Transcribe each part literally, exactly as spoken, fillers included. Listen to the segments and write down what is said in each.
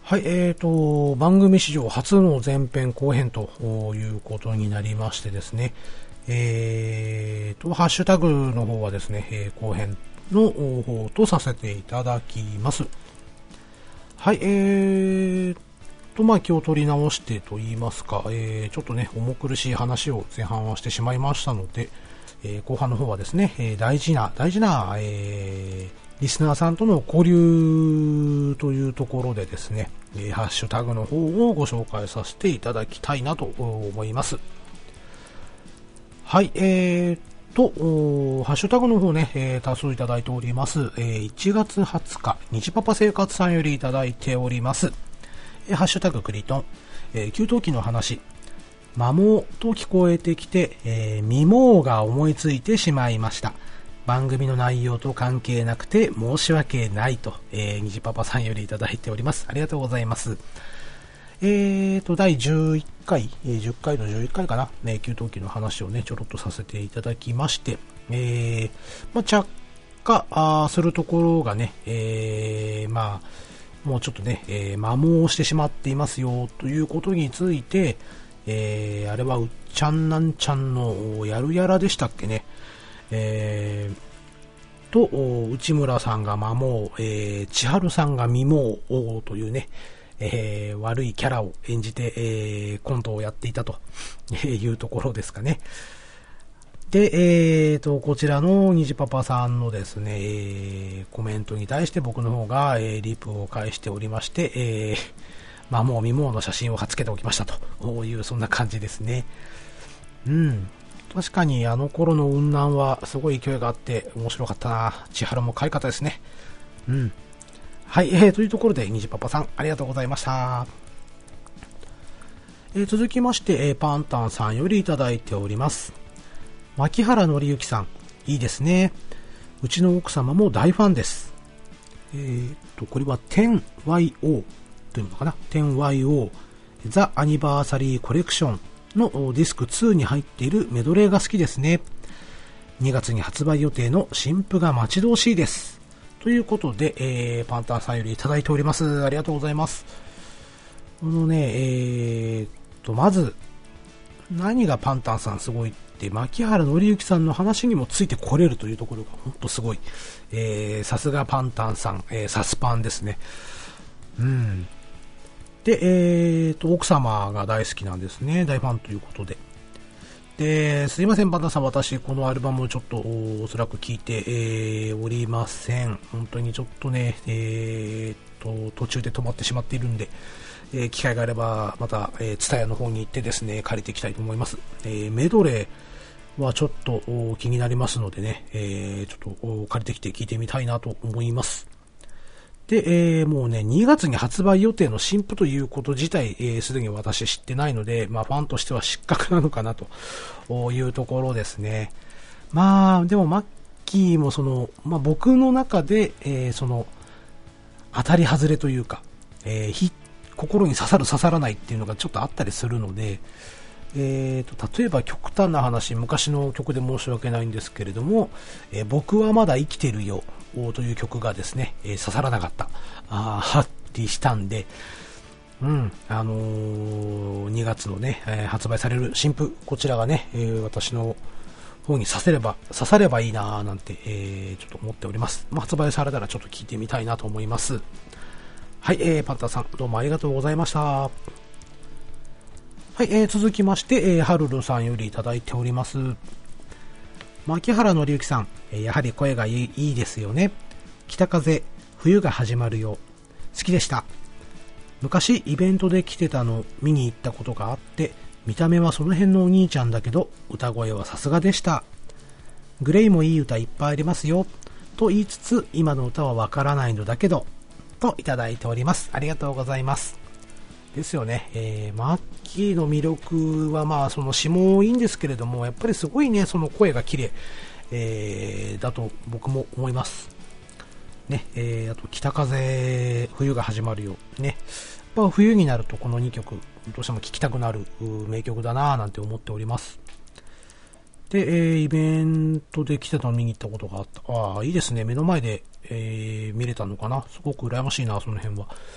はい、えーと、番組史上初の前編後編ということになりましてですね、えーと、ハッシュタグの方はですね、えー、後編の方とさせていただきます。はい、えーと、まあ、気を取り直してと言いますか、えー、ちょっとね、重苦しい話を前半はしてしまいましたので、えー、後半の方はですね、えー、大事な、大事な、えー、リスナーさんとの交流というところでですね、えー、ハッシュタグの方をご紹介させていただきたいなと思います。はい、えーと、ハッシュタグの方ね、えー、多数いただいております。えー、いちがつはつか、日パパ生活さんよりいただいております。えー、ハッシュタグクリトン、えー、給湯器の話、摩耗と聞こえてきて、えー、未毛が思いついてしまいました。番組の内容と関係なくて申し訳ないと、えー、にじパパさんよりいただいております。ありがとうございます。えーと、だいじゅういっかい、えー、じゅっかいのじゅういっかいかな、ね、給湯器の話をね、ちょろっとさせていただきまして、えー、まあ、着火あするところがね、えー、まあ、もうちょっとね、えー、摩耗してしまっていますよ、ということについて、えー、あれはうっちゃんなんちゃんのやるやらでしたっけね。えー、と、内村さんが摩耗、えー、千春さんが未毛というね、えー、悪いキャラを演じて、えー、コントをやっていたというところですかね。で、えーと、こちらのにじパパさんのですね、えー、コメントに対して僕の方が、えー、リプを返しておりまして、えー、まあもう未毛の写真を貼っ付けておきましたという、そんな感じですね。うん。確かにあの頃の雲南はすごい勢いがあって面白かったな。千春も可愛かったですね。うん。はい、えー、というところで、にじパパさん、ありがとうございました。えー、続きまして、えー、パンタンさんよりいただいております。牧原紀之さん、いいですね。うちの奥様も大ファンです。えーと、これは テンワイオー というのかな ?テンワイオー ザ・アニバーサリーコレクションのディスクツーに入っているメドレーが好きですね。にがつに発売予定の新譜が待ち遠しいです。ということで、えー、パンタンさんよりいただいております。ありがとうございます。このね、えーと、まず、何がパンタンさんすごいって、牧原紀之さんの話にもついてこれるというところが本当すごい。えー、さすがパンタンさん、えー、サスパンですね。うん。で、えーと、奥様が大好きなんですね。大ファンということで。で、すいません、パンタンさん、私、このアルバムをちょっとおそらく聴いて、えー、おりません。本当にちょっとね、えーと、途中で止まってしまっているんで、えー、機会があれば、また、えー、ツタヤの方に行ってですね、借りていきたいと思います。えー、メドレーはちょっと気になりますのでね、えー、ちょっと借りてきて聴いてみたいなと思います。で、えー、もうね、にがつに発売予定の新譜ということ自体、えー、すでに私知ってないので、まあ、ファンとしては失格なのかなというところですね。まあ、でも、マッキーもその、まあ、僕の中で、えー、その、当たり外れというか、えー、ひ心に刺さる刺さらないっていうのがちょっとあったりするので、えーと、例えば極端な話、昔の曲で申し訳ないんですけれども、えー、僕はまだ生きてるよという曲がですね、えー、刺さらなかった、あーはってしたんで、うん、あのー、にがつのね、えー、発売される新譜、こちらがね、えー、私の方に刺せれば、刺さればいいなーなんて、えー、ちょっと思っております。まあ、発売されたらちょっと聞いてみたいなと思います。はい、えー、パンタさん、どうもありがとうございました。はい、えー、続きまして、えー、ハルルさんよりいただいております。牧原紀之さん、えー、やはり声がいい、いいですよね。北風、冬が始まるよ。好きでした。昔イベントで来てたの見に行ったことがあって、見た目はその辺のお兄ちゃんだけど、歌声はさすがでした。グレイもいい歌いっぱいありますよ。と言いつつ、今の歌はわからないのだけど、といただいております。ありがとうございます。ですよね。えー、マッキーの魅力はまあその詞もいいんですけれども、やっぱりすごいね、その声が綺麗、えー、だと僕も思います。ね、えー、あと北風、冬が始まるよ。ね。やっぱ冬になるとこのにきょく、どうしても聴きたくなる名曲だなぁなんて思っております。で、えー、イベントで来てたのを見に行ったことがあった。ああ、いいですね。目の前で、えー、見れたのかな。すごく羨ましいな、その辺は。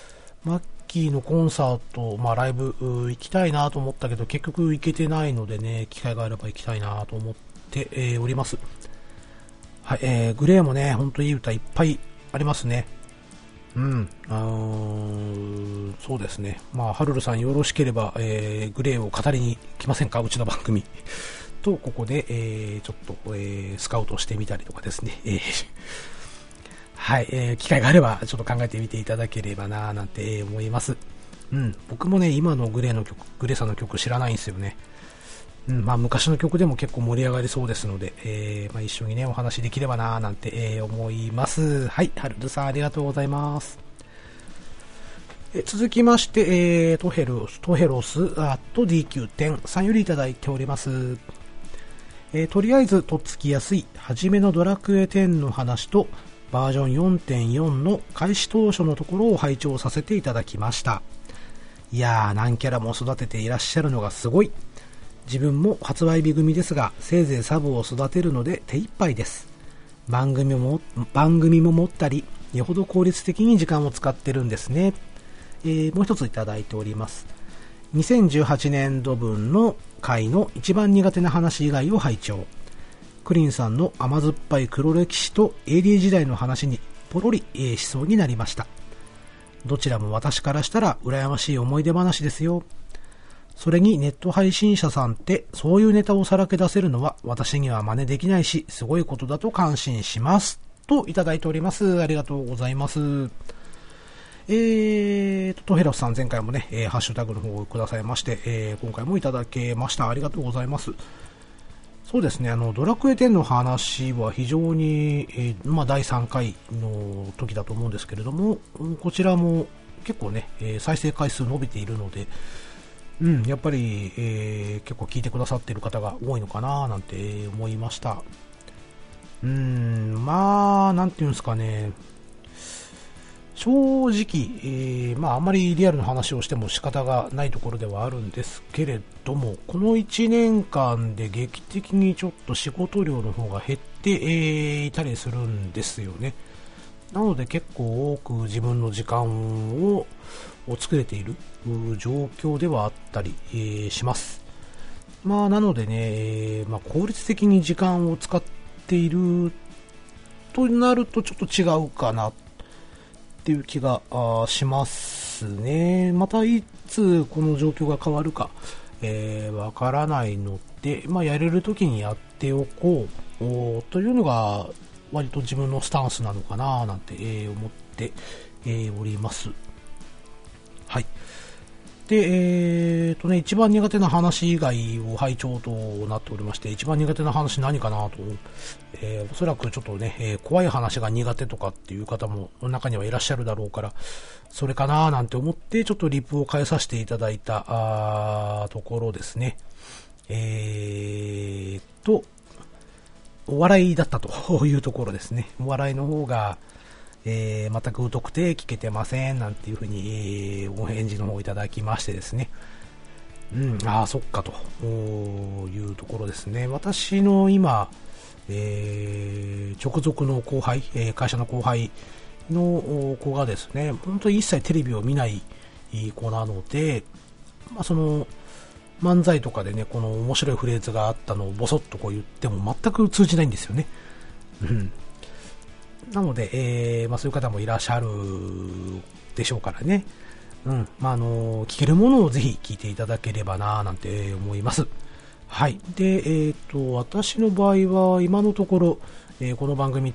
マッキーのコンサート、まあライブ行きたいなと思ったけど、結局行けてないのでね、機会があれば行きたいなと思って、えー、おります。はい、えー、グレーもね、ほんといい歌いっぱいありますね。うん、あーそうですね。まあ、ハルルさんよろしければ、えー、グレーを語りに来ませんか、うちの番組。と、ここで、えー、ちょっと、えー、スカウトしてみたりとかですね。えーはい、えー、機会があれば、ちょっと考えてみていただければなぁなんて思います。うん、僕もね、今のグレーの曲、グレーさんの曲知らないんですよね。うん、まあ昔の曲でも結構盛り上がりそうですので、えー、まあ一緒にね、お話できればなぁなんて、えー、思います。はい、ハルルさんありがとうございます。え続きまして、えー、トヘロス、トヘロス、あと ディーキューテン さんよりいただいております。えー、とりあえず、とっつきやすい、はじめのドラクエテンの話と、バージョン よんてんよん の開始当初のところを拝聴させていただきました。いやー、何キャラも育てていらっしゃるのがすごい。自分も発売日組ですが、せいぜいサブを育てるので手一杯です。番組も、番組も持ったり、よほど効率的に時間を使ってるんですね。えー、もう一ついただいております。にせんじゅうはちねんど分の回の一番苦手な話以外を拝聴。クリンさんの甘酸っぱい黒歴史と エーディー 時代の話にポロリ、えー、しそうになりました。どちらも私からしたら羨ましい思い出話ですよ。それにネット配信者さんってそういうネタをさらけ出せるのは私には真似できないしすごいことだと感心します。といただいております。ありがとうございます。えーと、トヘロスさん前回もね、えー、ハッシュタグの方をくださいまして、えー、今回もいただけました。ありがとうございます。そうですね、あのドラクエテンの話は非常に、えーまあ、だいさんかいの時だと思うんですけれども、こちらも結構ね、えー、再生回数伸びているので、うん、やっぱり、えー、結構聞いてくださっている方が多いのかななんて思いました。うーん、まあ、なんていうんですかね、正直、えー、まああまりリアルな話をしても仕方がないところではあるんですけれども、このいちねんかんで劇的にちょっと仕事量の方が減って、えー、いたりするんですよね。なので結構多く自分の時間を作れている状況ではあったり、えー、します。まあなのでね、えーまあ、効率的に時間を使っているとなるとちょっと違うかなっていう気がしますね。またいつこの状況が変わるか、えー、わからないので、まあ、やれるときにやっておこうというのが割と自分のスタンスなのかななんて、えー、思って、えー、おります。はい。で、えーとね、一番苦手な話以外を拝聴となっておりまして、一番苦手な話何かなと、えー、おそらくちょっとね、えー、怖い話が苦手とかっていう方も中にはいらっしゃるだろうから、それかななんて思って、ちょっとリプを変えさせていただいたあところですね。えーと、お笑いだったというところですね。お笑いの方が、えー、全く疎くて聞けてませんなんていうふうに、えー、お返事の方をいただきましてですね。うん、ああ、そっかというところですね。私の今、えー、直属の後輩、えー、会社の後輩の子がですね、本当に一切テレビを見ない子なので、まあ、その、漫才とかでね、この面白いフレーズがあったのをボソッとこう言っても全く通じないんですよね。うん。なので、えーまあ、そういう方もいらっしゃるでしょうからね。うん。まあ、あの、聞けるものをぜひ聞いていただければな、なんて思います。はい。で、えっと、私の場合は、今のところ、えー、この番組って、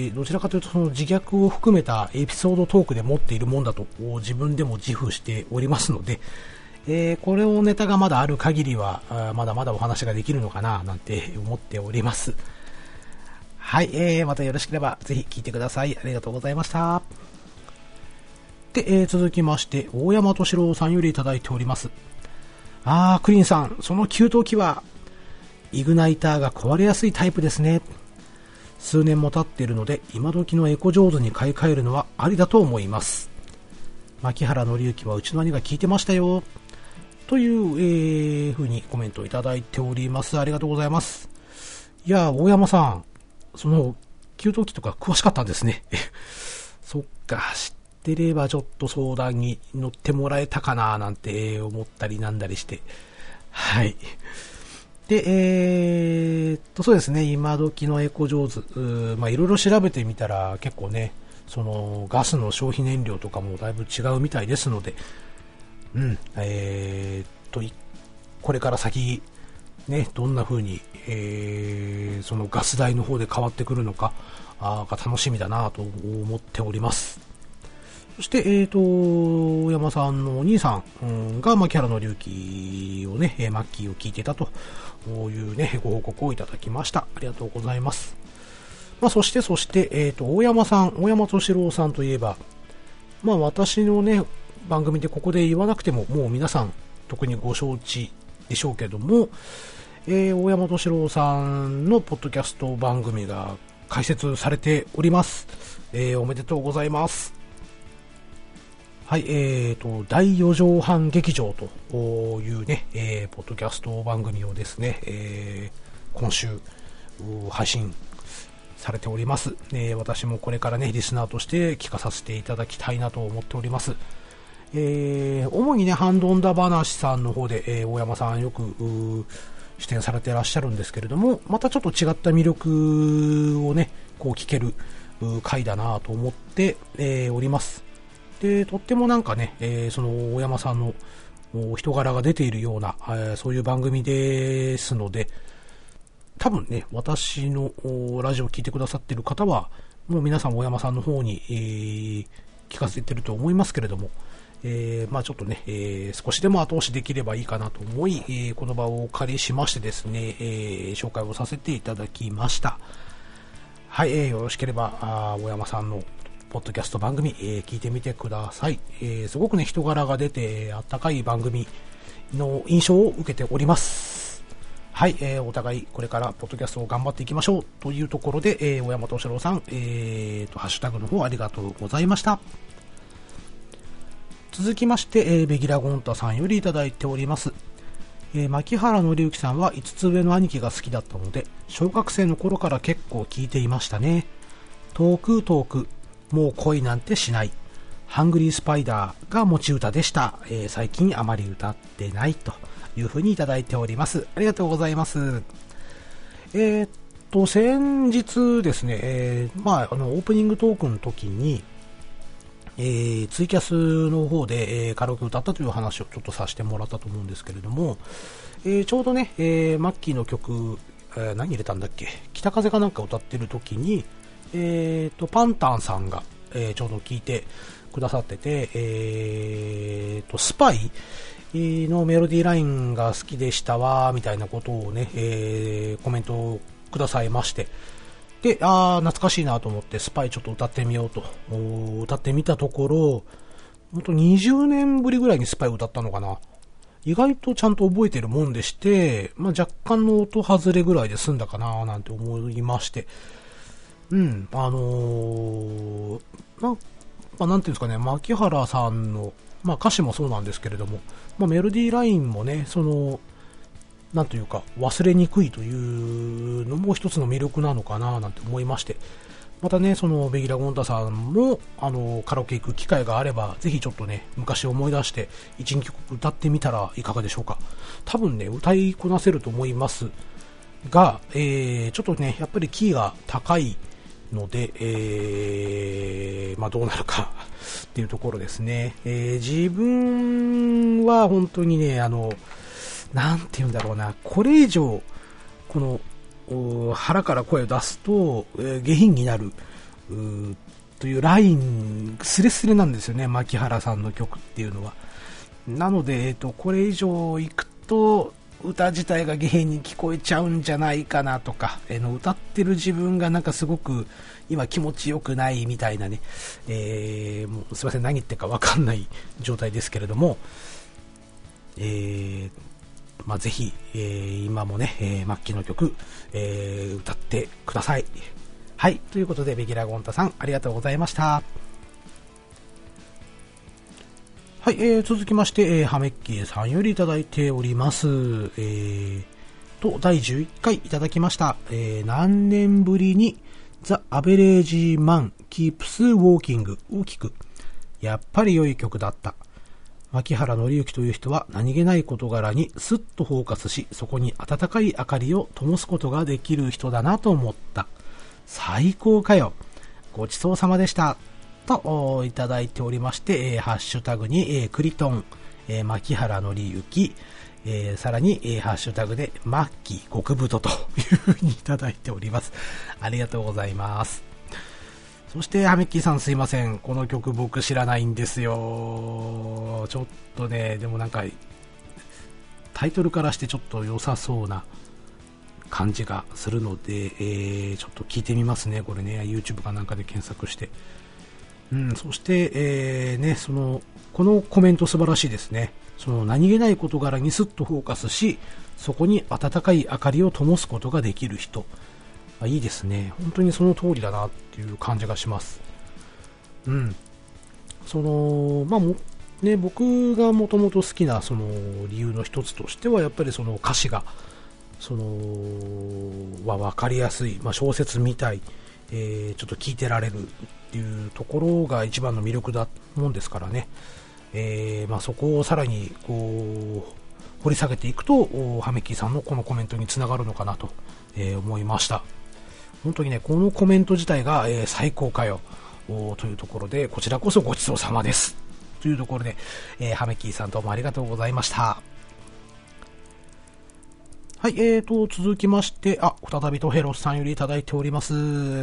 どちらかというと、その自虐を含めたエピソードトークで持っているもんだと、自分でも自負しておりますので、えー、これをネタがまだある限りは、まだまだお話ができるのかな、なんて思っております。はい、えー、またよろしければぜひ聞いてください。ありがとうございました。で、えー、続きまして、大山敏郎さんよりいただいております。あー、クリンさん、その給湯器は、イグナイターが壊れやすいタイプですね。数年も経っているので、今時のエコジョーズに買い替えるのはありだと思います。牧原紀之はうちの兄が聞いてましたよ。という、えー、ふうにコメントをいただいております。ありがとうございます。いやー、大山さん、その給湯器とか詳しかったんですね。そっか、知っってればちょっと相談に乗ってもらえたかななんて思ったりなんだりして。はい。で、えー、っと、そうですね、今時のエコジョーズ、まあいろいろ調べてみたら結構ね、そのガスの消費燃料とかもだいぶ違うみたいですので、うん、えー、っと、これから先、ね、どんな風に、えー、そのガス代の方で変わってくるのか、あが楽しみだなと思っております。そして、えーと、大山さんのお兄さん、うん、が、牧原紀之をね、えー、マッキーを聞いていたというね、ご報告をいただきました。ありがとうございます。まあ、そして、そして、えーと、大山さん、大山敏郎さんといえば、まあ、私のね、番組でここで言わなくても、もう皆さん、特にご承知でしょうけども、えー、大山敏郎さんのポッドキャスト番組が開設されております。えー、おめでとうございます。はい、えーと、だいよ畳半劇場というね、えー、ポッドキャスト番組をですね、えー、今週配信されております、えー。私もこれからね、リスナーとして聞かさせていただきたいなと思っております。えー、主にね、ハンドンダ話さんの方で、えー、大山さんよく出演されていらっしゃるんですけれども、またちょっと違った魅力をね、こう聞ける回だなと思って、えー、おります。で、とってもなんかね、えー、その大山さんの人柄が出ているような、えー、そういう番組ですので、多分ね、私のラジオを聞いてくださっている方は、もう皆さん大山さんの方に、えー、聞かせてると思いますけれども、えー、まあちょっとね、えー、少しでも後押しできればいいかなと思い、えー、この場をお借りしましてですね、えー、紹介をさせていただきました。はい、えー、よろしければ、あ大山さんのポッドキャスト番組、えー、聞いてみてください。えー、すごくね、人柄が出て、あったかい番組の印象を受けております。はい、えー、お互いこれからポッドキャストを頑張っていきましょうというところで、えー、大山敏郎さん、えーと、ハッシュタグの方ありがとうございました。続きまして、えー、ベギラゴンタさんよりいただいております。えー、牧原紀之さんはいつつ上の兄貴が好きだったので、小学生の頃から結構聞いていましたね。遠く遠く、もう恋なんてしない。ハングリースパイダーが持ち歌でした。えー、最近あまり歌ってないというふうにいただいております。ありがとうございます。えー、っと、先日ですね、えー、まあ、あの、オープニングトークの時に、えー、ツイキャスの方で、えー、カラオケを歌ったという話をちょっとさせてもらったと思うんですけれども、えー、ちょうどね、えー、マッキーの曲、えー、何入れたんだっけ、北風かなんか歌ってる時に、えーと、パンタンさんが、えー、ちょうど聞いてくださってて、えーと、スパイのメロディーラインが好きでしたわ、みたいなことをね、えー、コメントをくださいまして、で、あー、懐かしいなと思って、スパイちょっと歌ってみようと、歌ってみたところ、ほんとにじゅうねんぶりぐらいにスパイを歌ったのかな。意外とちゃんと覚えてるもんでして、まあ、若干の音外れぐらいで済んだかななんて思いまして、うん、あのー、な、まあ、なんていうんですかね、牧原さんの、まあ、歌詞もそうなんですけれども、まあ、メロディーラインもね、その、なんというか、忘れにくいというのも一つの魅力なのかな、なんて思いまして、またね、その、ベギラゴンタさんも、あの、カラオケ行く機会があれば、ぜひちょっとね、昔思い出して、一、二曲歌ってみたらいかがでしょうか。多分ね、歌いこなせると思いますが、えー、ちょっとね、やっぱりキーが高い、ので、えー、まあどうなるかっていうところですね。えー、自分は本当にね、あの、なんて言うんだろうな、これ以上、この、腹から声を出すと、えー、下品になる、というライン、スレスレなんですよね、牧原さんの曲っていうのは。なので、えっと、これ以上行くと、歌自体が下品に聞こえちゃうんじゃないかなとか、えー、の歌ってる自分がなんかすごく今気持ちよくないみたいなね、えー、もうすいません、何言ってるかわかんない状態ですけれども、えー、まあ、ぜひ、えー、今もね、えー、末期の曲、えー、歌ってください。はい、ということでベギラゴンタさんありがとうございました。はい、えー、続きまして、えー、ハメッキーさんよりいただいております。えー、と、だいじゅういっかいいただきました。えー、何年ぶりに The Average Man Keeps Walking を聞く。 やっぱり良い曲だった。牧原紀之という人は何気ない事柄にスッとフォーカスし、そこに温かい明かりを灯すことができる人だなと思った。最高かよ。ごちそうさまでした。といただいておりまして、えー、ハッシュタグに、えー、クリトン、えー、牧原紀之、えー、さらに、えー、ハッシュタグでマッキー極太というふうにいただいております。ありがとうございます。そしてハメッキーさん、すいません、この曲僕知らないんですよ。ちょっとね、でもなんかタイトルからしてちょっと良さそうな感じがするので、えー、ちょっと聞いてみますね。これね YouTube かなんかで検索して、うん、そして、えーね、そのこのコメント素晴らしいですね。その何気ない事柄にスッとフォーカスし、そこに温かい明かりを灯すことができる人。あ、いいですね。本当にその通りだなっていう感じがします。うん。その、まあも、ね、僕がもともと好きなその理由の一つとしては、やっぱりその歌詞が、その、は分かりやすい、まあ、小説みたい、えー、ちょっと聞いてられるっていうところが一番の魅力だもんですからね。えー、まあ、そこをさらにこう掘り下げていくと、ハメキーさんのこのコメントにつながるのかなと、えー、思いました。本当にね、このコメント自体が、えー、最高かよというところで、こちらこそごちそうさまですというところで、えー、ハメキーさんどうもありがとうございました。はい、えーと、続きまして、あ、再びトヘロスさんよりいただいております。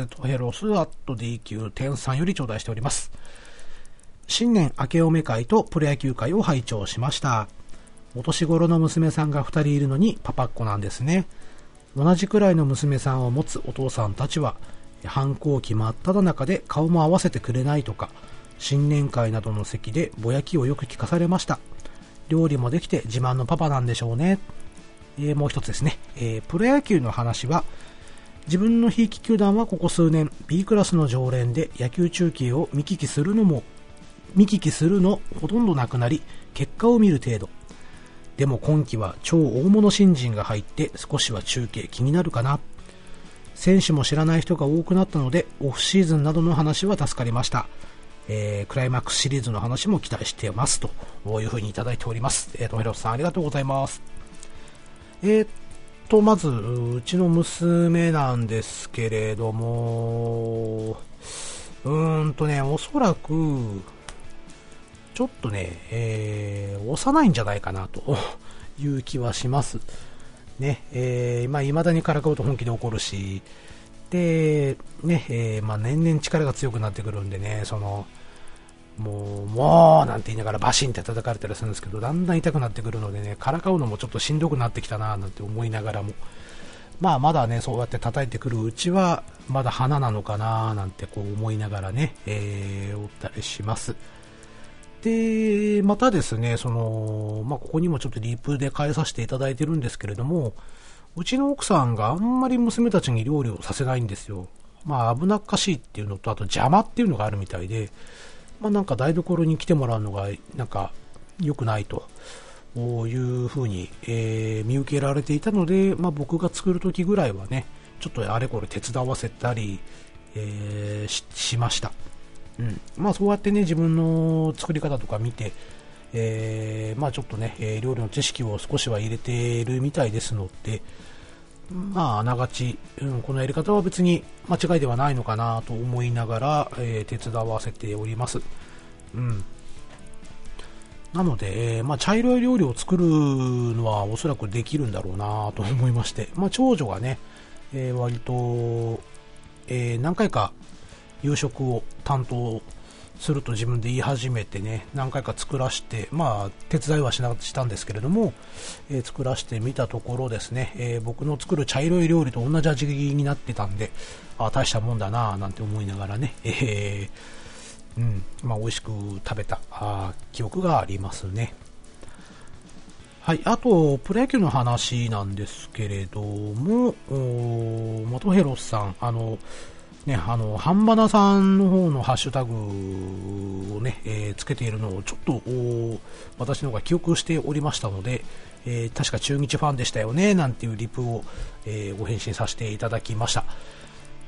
トヘロス アットディーキューテン さんより頂戴しております。新年明けおめ会とプロ野球会を拝聴しました。お年頃の娘さんがふたりいるのにパパっ子なんですね。同じくらいの娘さんを持つお父さんたちは、反抗期真っ只中で顔も合わせてくれないとか、新年会などの席でぼやきをよく聞かされました。料理もできて自慢のパパなんでしょうね。えー、もう一つですね、えー、プロ野球の話は、自分のひいき球団はここ数年 B クラスの常連で野球中継を見聞きするのも見聞きするのほとんどなくなり、結果を見る程度。でも今季は超大物新人が入って少しは中継気になるかな。選手も知らない人が多くなったのでオフシーズンなどの話は助かりました。えー、クライマックスシリーズの話も期待していますというふうにいただいております。えーと、ヘロスさんありがとうございます。えーと、まずうちの娘なんですけれども、うーんとね、おそらくちょっとね、えー、幼いんじゃないかなという気はしますね。えー、まあ未だにからかうと本気で怒るし、でね、えー、まあ年々力が強くなってくるんでね、そのもうもうなんて言いながらバシンって叩かれたりするんですけど、だんだん痛くなってくるのでね、からかうのもちょっとしんどくなってきたななんて思いながらも、まあまだね、そうやって叩いてくるうちはまだ花なのかななんてこう思いながらね、えー、おったりします。で、またですね、その、まあ、ここにもちょっとリプで返させていただいてるんですけれども、うちの奥さんがあんまり娘たちに料理をさせないんですよ。まあ、危なっかしいっていうのと、あと邪魔っていうのがあるみたいで、まあ、なんか台所に来てもらうのが、なんか良くないというふうに、えー、見受けられていたので、まあ、僕が作るときぐらいはね、ちょっとあれこれ手伝わせたり、えー、し, しました。うん、まあそうやってね、自分の作り方とか見て、えー、まあちょっとね、えー、料理の知識を少しは入れているみたいですので、まああながち、うん、このやり方は別に間違いではないのかなと思いながら、えー、手伝わせております。うん。なので、えー、まあ茶色い料理を作るのはおそらくできるんだろうなと思いまして、まあ長女がね、えー、割と、えー、何回か夕食を担当すると自分で言い始めてね、何回か作らして、まあ手伝いはしなしたんですけれども、えー、作らしてみたところですね、えー、僕の作る茶色い料理と同じ味になってたんで、あ、大したもんだななんて思いながらね、えー、うん、まあ美味しく食べたあ記憶がありますね。はい、あとプロ野球の話なんですけれども、マトヘロスさん、あのね、あの、半ばなさんの方のハッシュタグをね、えー、つけているのをちょっと私の方が記憶しておりましたので、えー、確か中日ファンでしたよね、なんていうリプを、えー、ご返信させていただきました。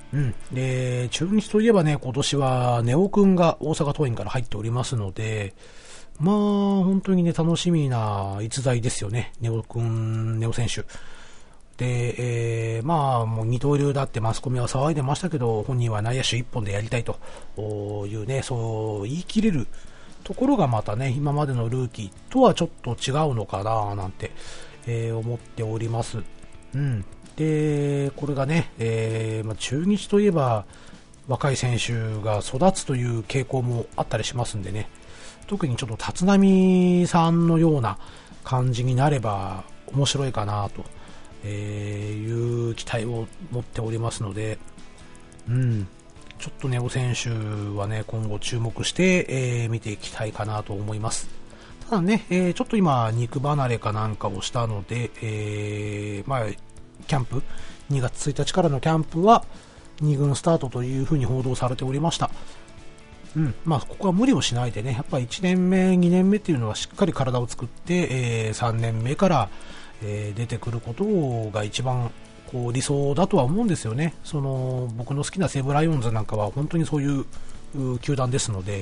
うん。で、中日といえばね、今年はネオくんが大阪桐蔭から入っておりますので、まあ、本当にね、楽しみな逸材ですよね。ネオくん、ネオ選手。で、えー、まあ、もう二刀流だってマスコミは騒いでましたけど、本人は内野手一本でやりたいというね、そう言い切れるところがまたね、今までのルーキーとはちょっと違うのかななんて、えー、思っております。うん。で、これがね、えーまあ、中日といえば若い選手が育つという傾向もあったりしますんでね、特にちょっと立浪さんのような感じになれば面白いかなと、えー、いう期待を持っておりますので、うん、ちょっとネオ選手はね、今後注目して、えー、見ていきたいかなと思います。ただね、えー、ちょっと今肉離れかなんかをしたので、えー、まあキャンプにがつついたちからのキャンプはに軍スタートというふうに報道されておりました。うん、まあここは無理をしないでね、やっぱりいちねんめにねんめっていうのはしっかり体を作って、えー、さんねんめから、えー、出てくることが一番こう理想だとは思うんですよね。その僕の好きな西武ライオンズなんかは本当にそういう球団ですので、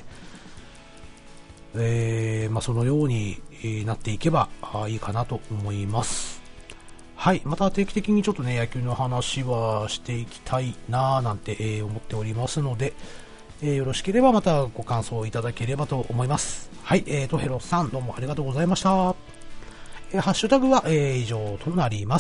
えーまあ、そのようになっていけばいいかなと思います。はい、また定期的にちょっとね野球の話はしていきたいなぁなんて、えー、思っておりますので、えー、よろしければまたご感想いただければと思います。はい、えーとヘロさんどうもありがとうございました。えー、ハッシュタグは、えー、以上となります。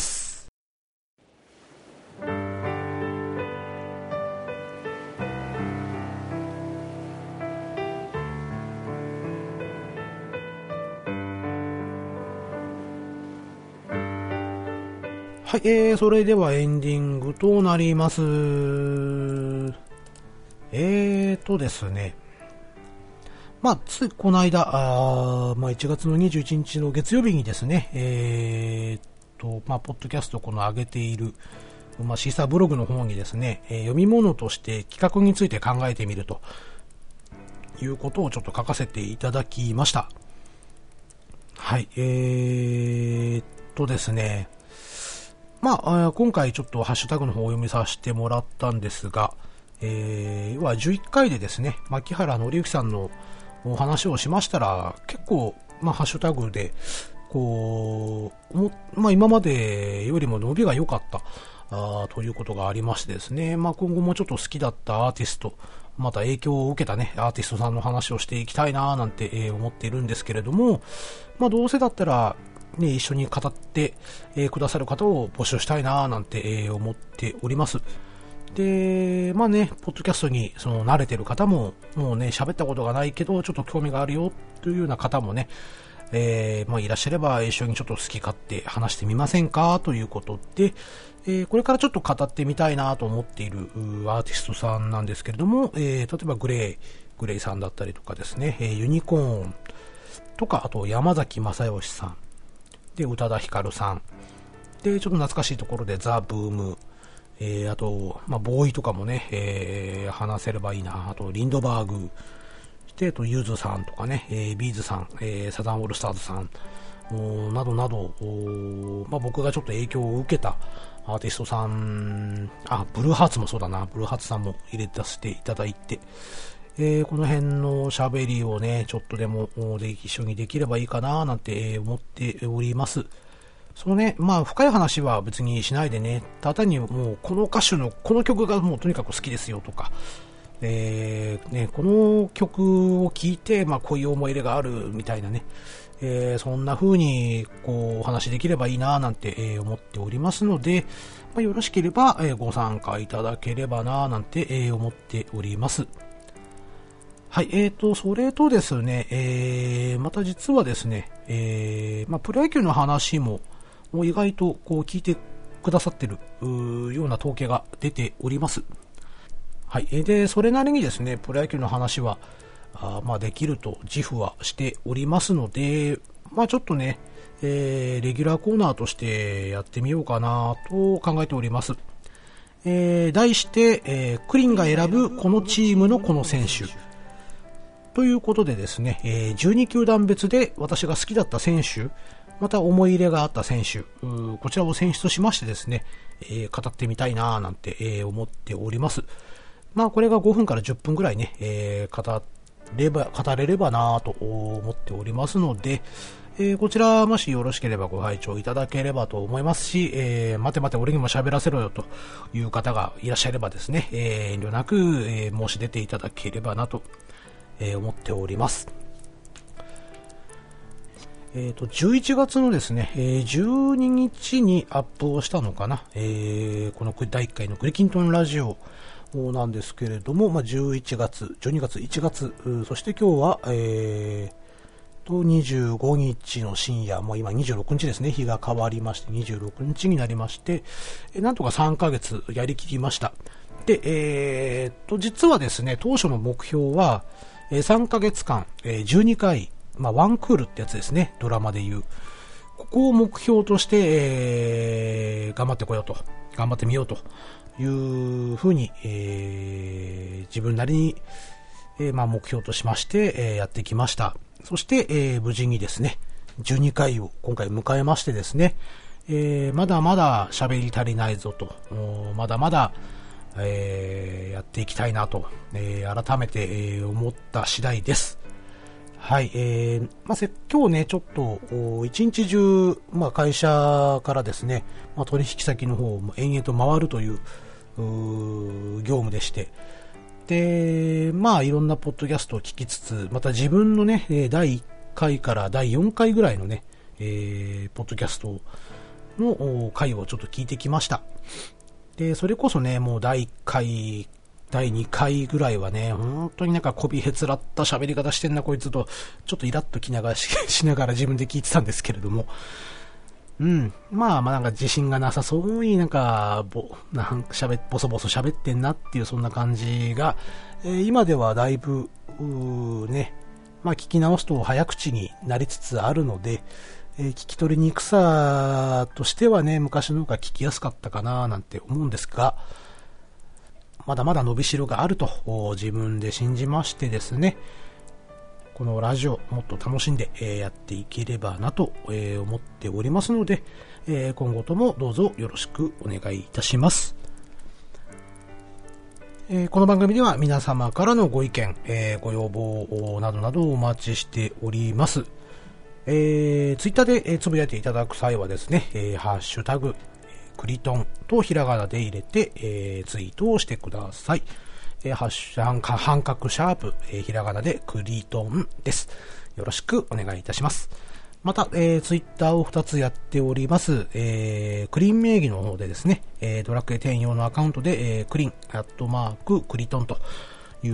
はい、えー、それではエンディングとなります。えーとですね、まあ、ついこの間、あまあ、いちがつのにじゅういちにちの月曜日にですね、えーと、まあ、ポッドキャストこの上げている、まあ、シーサーブログの方にですね、えー、読み物として企画について考えてみるということをちょっと書かせていただきました。はい、えーとですね、まあ、今回ちょっとハッシュタグの方を読みさせてもらったんですが、えー、要はじゅういっかいでですね、牧原紀之さんのお話をしましたら、結構、まあ、ハッシュタグで、こう、まあ、今までよりも伸びが良かったあということがありましてですね、まあ、今後もちょっと好きだったアーティスト、また影響を受けたね、アーティストさんの話をしていきたいななんて、えー、思っているんですけれども、まあ、どうせだったら、ね、一緒に語って、えー、くださる方を募集したいななんて、えー、思っております。で、まあね、ポッドキャストにその慣れてる方も、もうね、喋ったことがないけど、ちょっと興味があるよというような方もね、えー、まあいらっしゃれば一緒にちょっと好き勝手話してみませんかということで、えー、これからちょっと語ってみたいなと思っているアーティストさんなんですけれども、えー、例えばグレイ、グレイさんだったりとかですね、えー、ユニコーンとか、あと山崎正義さん、で、宇多田ヒカルさん。で、ちょっと懐かしいところでザ・ブーム。えー、あと、まあ、ボーイとかもね、えー、話せればいいな。あと、リンドバーグ。で、あと、ユーズさんとかね、えー、ビーズさん、えー、サザンオールスターズさん。などなど、まあ、僕がちょっと影響を受けたアーティストさん、あ、ブルーハーツもそうだな。ブルーハーツさんも入れさせていただいて、えー、この辺の喋りをね、ちょっとでもで一緒にできればいいかななんて思っております。そのね、まあ深い話は別にしないでね、ただ単にもうこの歌手のこの曲がもうとにかく好きですよとか、えーね、この曲を聴いて、まあこういう思い入れがあるみたいなね、えー、そんな風にこうお話できればいいななんて、えー、思っておりますので、まあ、よろしければ、えー、ご参加いただければななんて、えー、思っております。はい、えーと、それとですね、えー、また実はですね、えー、まあ、プロ野球の話も、もう意外とこう聞いてくださってるような統計が出ております。はい、で、それなりにですね、プロ野球の話は、あまあ、できると自負はしておりますので、まあ、ちょっとね、えー、レギュラーコーナーとしてやってみようかなと考えております。えー、題して、えー、クリンが選ぶこのチームのこの選手。ということでですね、えー、じゅうに球団別で私が好きだった選手また思い入れがあった選手、こちらを選出しましてですね、えー、語ってみたいなーなんて、えー、思っております。まあこれがごふんからじゅっぷんぐらいね、えー、語れば、語れればなと思っておりますので、えー、こちらもしよろしければご拝聴いただければと思いますし、えー、待て待て俺にも喋らせろよという方がいらっしゃればですね、えー、遠慮なく、えー、申し出ていただければなと、えー、思っております。えっと、じゅういちがつのですね、えー、じゅうににちにアップをしたのかな、えー、このだいいっかいのクリキントンラジオなんですけれども、まあ、じゅういちがつ、じゅうにがつ、いちがつ、そして今日は、えー、と、にじゅうごにちの深夜、もう今にじゅうろくにちですね、日が変わりまして、にじゅうろくにちになりまして、えー、なんとかさんかげつやりきりました。で、えー、と、実はですね、当初の目標は、えー、さんかげつかん、えー、じゅうにかい、まあ、ワンクールってやつですね、ドラマで言う。ここを目標として、えー、頑張ってこようと、頑張ってみようというふうに、えー、自分なりに、えー、まあ、目標としまして、えー、やってきました。そして、えー、無事にですね、じゅうにかいを今回迎えましてですね、えー、まだまだ喋り足りないぞと、まだまだ、えー、やっていきたいなと、えー、改めて、えー、思った次第です。はい、えー、まあ、今日ね、ちょっと、一日中、まあ、会社からですね、まあ、取引先の方を延々と回るという、う業務でして、で、まあ、いろんなポッドキャストを聞きつつ、また自分のね、だいいっかいからだいよんかいぐらいのね、えー、ポッドキャストの回をちょっと聞いてきました。で、それこそね、もうだいいっかい、だいにかいぐらいはね、本当になんかこびへつらった喋り方してんなこいつと、ちょっとイラッときながら し, しながら自分で聞いてたんですけれども、うん。まあまあなんか自信がなさそうになんか、ぼ、なんか喋、ボソボソ喋ってんなっていうそんな感じが、えー、今ではだいぶ、うね、まあ聞き直すと早口になりつつあるので、えー、聞き取りにくさとしてはね、昔の方が聞きやすかったかななんて思うんですが、まだまだ伸びしろがあると自分で信じましてですね、このラジオもっと楽しんでやっていければなと思っておりますので、今後ともどうぞよろしくお願いいたします。この番組では皆様からのご意見、ご要望などなどお待ちしております。えー、ツイッターでつぶやいていただく際はですね、ハッシュタグクリトンとひらがなで入れて、えー、ツイートをしてください。えー、ハッシュ半角シャープ、えー、ひらがなでクリトンです。よろしくお願いいたします。また、えー、ツイッターをふたつやっております。えー、クリーン名義の方でですね、えー、ドラクエテン用のアカウントで、えー、クリーンアットマーククリトンという、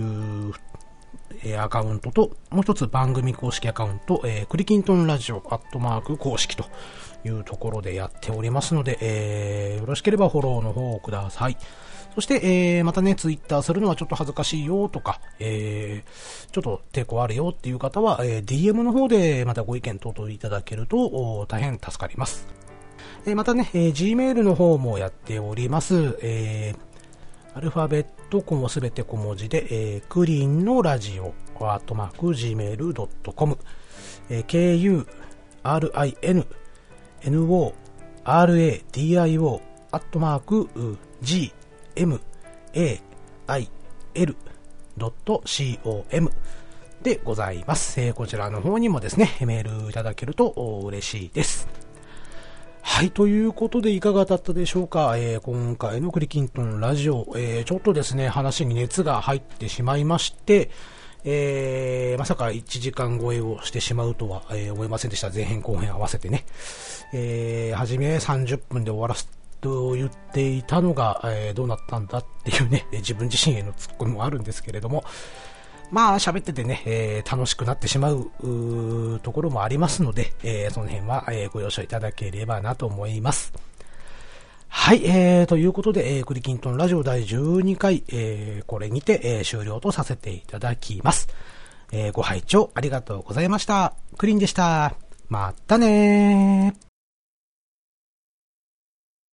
えー、アカウントと、もう一つ番組公式アカウント、えー、クリキントンラジオアットマーク公式というところでやっておりますので、えー、よろしければフォローの方をください。そして、えー、またね、ツイッターするのはちょっと恥ずかしいよとか、えー、ちょっと抵抗あるよっていう方は、えー、ディーエム の方でまたご意見等々いただけると大変助かります。えー、またね、えー、Gmail の方もやっております。えー、アルファベット小もすべて小文字で、えー、クリーンのラジオアットマーク ジーメールドットコム、えー、ケーユーアールアイエヌエヌオーアールエーディーアイオー アットマーク ジーエムエーアイエルドットコム でございます。えー、こちらの方にもですね、メールいただけると嬉しいです。はい、ということでいかがだったでしょうか。えー、今回のクリキントンラジオ、えー、ちょっとですね、話に熱が入ってしまいまして、えー、まさかいちじかん超えをしてしまうとは、えー、思いませんでした。前編後編合わせてね。えー、はじめさんじゅっぷんで終わらすと言っていたのが、えー、どうなったんだっていうね、自分自身へのツッコミもあるんですけれども、まあ喋っててね、えー、楽しくなってしまう、うところもありますので、えー、その辺は、えー、ご了承いただければなと思います。はい、えー、ということで、えー、クリキントンラジオだいじゅうにかい、えー、これにて、えー、終了とさせていただきます。えー、ご拝聴ありがとうございました。クリンでした。またねー。